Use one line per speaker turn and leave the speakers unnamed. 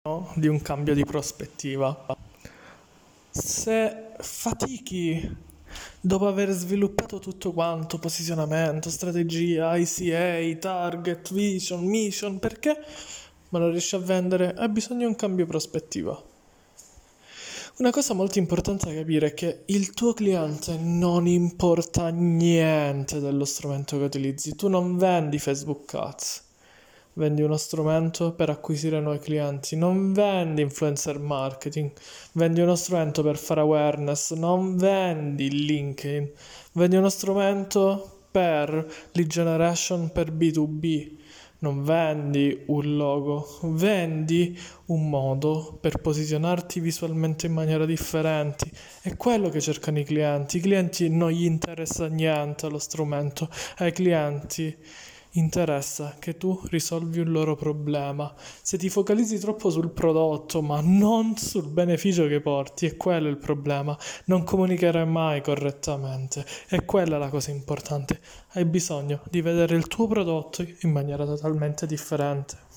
di un cambio di prospettiva. Se fatichi dopo aver sviluppato tutto quanto, posizionamento, strategia, ICA, target, vision, mission, perché? Ma non riesci a vendere? Hai bisogno di un cambio prospettiva. Una cosa molto importante da capire è che il tuo cliente non importa niente dello strumento che utilizzi. Tu non vendi Facebook Ads, vendi uno strumento per acquisire nuovi clienti, non vendi influencer marketing, vendi uno strumento per fare awareness, non vendi LinkedIn, vendi uno strumento per lead generation per B2B. Non vendi un logo, vendi un modo per posizionarti visualmente in maniera differente. È quello che cercano i clienti. I clienti non gli interessa niente lo strumento, ai clienti interessa che tu risolvi un loro problema. Se ti focalizzi troppo sul prodotto, ma non sul beneficio che porti, è quello il problema. Non comunicherai mai correttamente. E quella è la cosa importante. Hai bisogno di vedere il tuo prodotto in maniera totalmente differente.